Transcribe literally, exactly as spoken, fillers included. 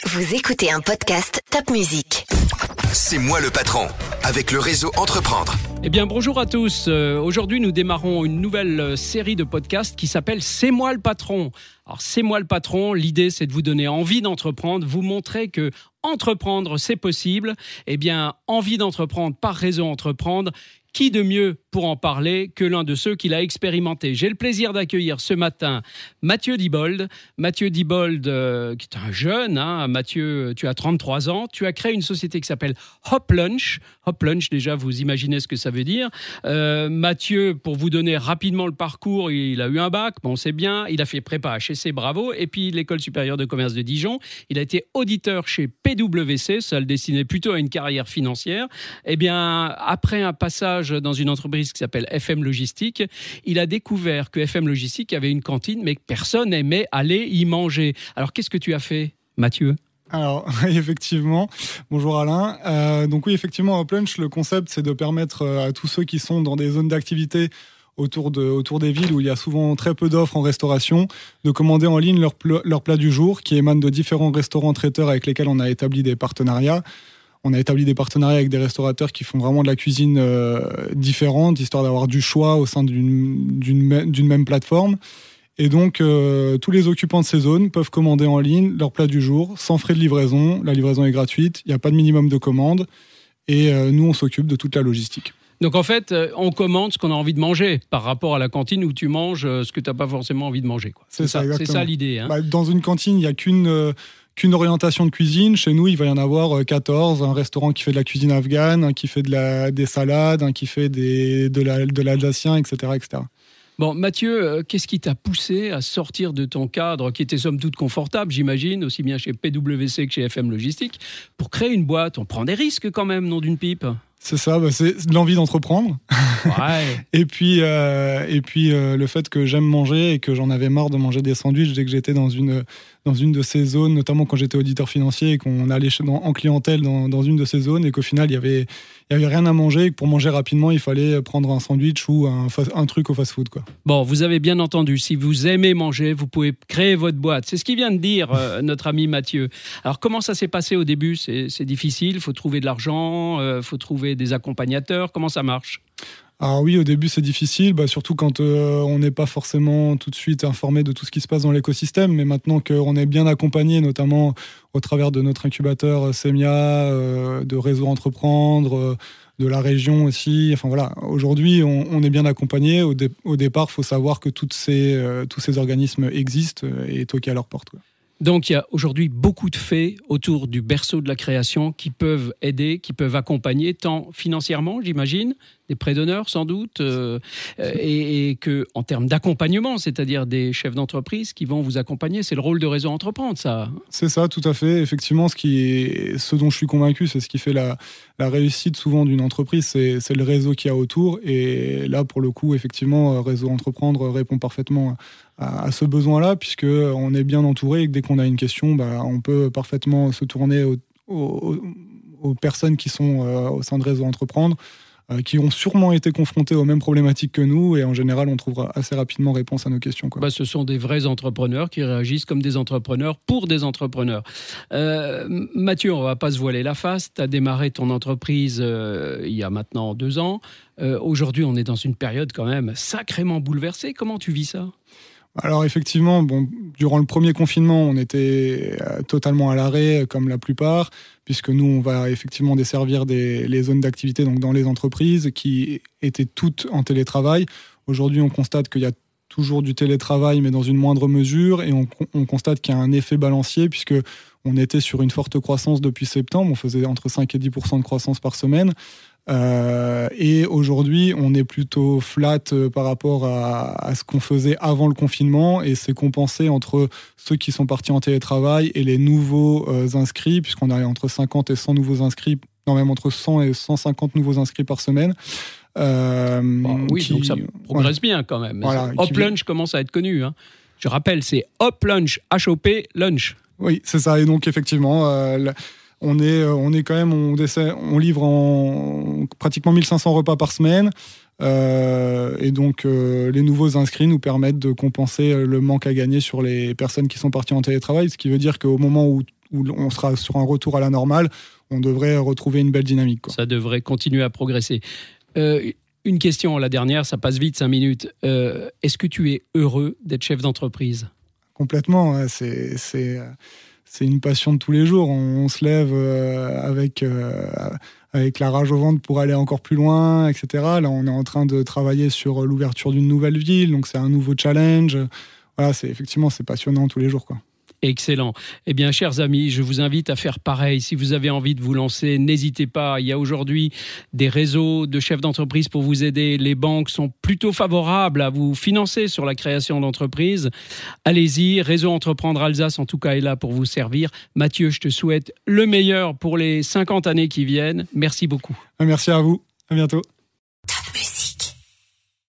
Vous écoutez un podcast Top Musique. C'est moi le patron, avec le réseau Entreprendre. Eh bien, bonjour à tous. Euh, aujourd'hui, nous démarrons une nouvelle euh, série de podcasts qui s'appelle « C'est moi le patron ». Alors, « C'est moi le patron », l'idée, c'est de vous donner envie d'entreprendre, vous montrer que entreprendre, c'est possible. Eh bien, envie d'entreprendre par Réseau Entreprendre. Qui de mieux pour en parler que l'un de ceux qui l'a expérimenté? J'ai le plaisir d'accueillir ce matin Mathieu Dibold. Mathieu Dibold, euh, qui est un jeune, hein. Mathieu, tu as trente-trois ans. Tu as créé une société qui s'appelle Hop Lunch. Hop Lunch, déjà, vous imaginez ce que ça veut dire. Euh, Mathieu, pour vous donner rapidement le parcours, il a eu un bac, bon, c'est bien. Il a fait prépa H E C, bravo. Et puis, l'École supérieure de commerce de Dijon. Il a été auditeur chez P W C. Ça le destinait plutôt à une carrière financière. Eh bien, après un passage dans une entreprise qui s'appelle F M Logistique, il a découvert que F M Logistique avait une cantine, mais que personne n'aimait aller y manger. Alors, qu'est-ce que tu as fait, Mathieu ? Alors, effectivement, bonjour Alain. Euh, donc oui, effectivement, Hop Lunch, le concept, c'est de permettre à tous ceux qui sont dans des zones d'activité autour, de, autour des villes où il y a souvent très peu d'offres en restauration, de commander en ligne leur, pl- leur plat du jour, qui émanent de différents restaurants traiteurs avec lesquels on a établi des partenariats. On a établi des partenariats avec des restaurateurs qui font vraiment de la cuisine euh, différente, histoire d'avoir du choix au sein d'une, d'une, d'une même plateforme. Et donc, euh, tous les occupants de ces zones peuvent commander en ligne leur plat du jour, sans frais de livraison. La livraison est gratuite, il n'y a pas de minimum de commande. Et euh, nous, on s'occupe de toute la logistique. Donc en fait, on commande ce qu'on a envie de manger par rapport à la cantine où tu manges ce que tu n'as pas forcément envie de manger, quoi. C'est, c'est ça, ça, c'est ça l'idée. Hein. Bah, dans une cantine, il n'y a qu'une... Euh, qu'une orientation de cuisine. Chez nous, il va y en avoir quatorze. Un restaurant qui fait de la cuisine afghane, un qui fait de la, des salades, un qui fait des, de, la, de l'alsacien, et cetera, et cetera. Bon, Mathieu, qu'est-ce qui t'a poussé à sortir de ton cadre, qui était somme toute confortable, j'imagine, aussi bien chez P W C que chez F M Logistique, pour créer une boîte? On prend des risques quand même, non, d'une pipe? C'est ça, bah c'est de l'envie d'entreprendre. Ouais. et puis, euh, et puis euh, le fait que j'aime manger et que j'en avais marre de manger des sandwichs dès que j'étais dans une, dans une de ces zones, notamment quand j'étais auditeur financier et qu'on allait dans, en clientèle dans, dans une de ces zones et qu'au final, il y avait, il y avait rien à manger et que pour manger rapidement, il fallait prendre un sandwich ou un, un truc au fast-food, quoi. Bon, vous avez bien entendu, si vous aimez manger, vous pouvez créer votre boîte. C'est ce qu'il vient de dire, euh, notre ami Mathieu. Alors, comment ça s'est passé au début? C'est, c'est difficile, il faut trouver de l'argent, il euh, faut trouver des accompagnateurs. Comment ça marche? Alors oui, au début c'est difficile, bah, surtout quand euh, on n'est pas forcément tout de suite informé de tout ce qui se passe dans l'écosystème, mais maintenant qu'on est bien accompagné, notamment au travers de notre incubateur Semia, euh, de Réseau Entreprendre, euh, de la région aussi, enfin voilà, aujourd'hui on, on est bien accompagné. Au, dé- au départ, il faut savoir que toutes ces, euh, tous ces organismes existent et toquer à leur porte, quoi. Donc, il y a aujourd'hui beaucoup de faits autour du berceau de la création qui peuvent aider, qui peuvent accompagner, tant financièrement, j'imagine, des prêts d'honneur sans doute, euh, et, et que en termes d'accompagnement, c'est-à-dire des chefs d'entreprise qui vont vous accompagner. C'est le rôle de Réseau Entreprendre, ça. C'est ça, tout à fait. Effectivement, ce, qui est, ce dont je suis convaincu, c'est ce qui fait la, la réussite souvent d'une entreprise, c'est, c'est le réseau qu'il y a autour. Et là, pour le coup, effectivement, Réseau Entreprendre répond parfaitement à, à ce besoin-là, puisqu'on est bien entouré et que dès qu'on a une question, bah, on peut parfaitement se tourner au, au, aux personnes qui sont euh, au sein de Réseau Entreprendre, qui ont sûrement été confrontés aux mêmes problématiques que nous, et en général, on trouvera assez rapidement réponse à nos questions, quoi. Bah, ce sont des vrais entrepreneurs qui réagissent comme des entrepreneurs pour des entrepreneurs. Euh, Mathieu, on ne va pas se voiler la face. Tu as démarré ton entreprise euh, il y a maintenant deux ans. Euh, aujourd'hui, on est dans une période quand même sacrément bouleversée. Comment tu vis ça ? Alors effectivement, bon, durant le premier confinement, on était euh, totalement à l'arrêt, comme la plupart, puisque nous, on va effectivement desservir des, les zones d'activité, donc dans les entreprises, qui étaient toutes en télétravail. Aujourd'hui, on constate qu'il y a toujours du télétravail, mais dans une moindre mesure, et on, on constate qu'il y a un effet balancier, puisque on était sur une forte croissance depuis septembre, on faisait entre cinq et dix pour cent de croissance par semaine. Euh, et aujourd'hui, on est plutôt flat euh, par rapport à, à ce qu'on faisait avant le confinement, et c'est compensé entre ceux qui sont partis en télétravail et les nouveaux euh, inscrits, puisqu'on a entre cinquante et cent nouveaux inscrits, non même entre cent et cent cinquante nouveaux inscrits par semaine. Euh, bon, oui, qui, donc ça progresse ouais. bien quand même. Voilà, Hop Lunch commence à être connu, hein. Je rappelle, c'est Hop Lunch, H O P Lunch. Oui, c'est ça. Et donc effectivement, euh, la, On est, on est quand même, on, décès, on livre en pratiquement mille cinq cents repas par semaine. Euh, et donc, euh, les nouveaux inscrits nous permettent de compenser le manque à gagner sur les personnes qui sont parties en télétravail. Ce qui veut dire qu'au moment où où on sera sur un retour à la normale, on devrait retrouver une belle dynamique, quoi. Ça devrait continuer à progresser. Euh, une question, la dernière, ça passe vite, cinq minutes. Euh, est-ce que tu es heureux d'être chef d'entreprise ? Complètement, ouais, c'est, c'est, c'est une passion de tous les jours. On, on se lève euh, avec, euh, avec la rage au ventre pour aller encore plus loin, et cetera. Là, on est en train de travailler sur l'ouverture d'une nouvelle ville, donc c'est un nouveau challenge. Voilà, c'est, effectivement, c'est passionnant tous les jours, quoi. Excellent. Eh bien, chers amis, je vous invite à faire pareil. Si vous avez envie de vous lancer, n'hésitez pas. Il y a aujourd'hui des réseaux de chefs d'entreprise pour vous aider. Les banques sont plutôt favorables à vous financer sur la création d'entreprises. Allez-y. Réseau Entreprendre Alsace, en tout cas, est là pour vous servir. Mathieu, je te souhaite le meilleur pour les cinquante années qui viennent. Merci beaucoup. Merci à vous. À bientôt.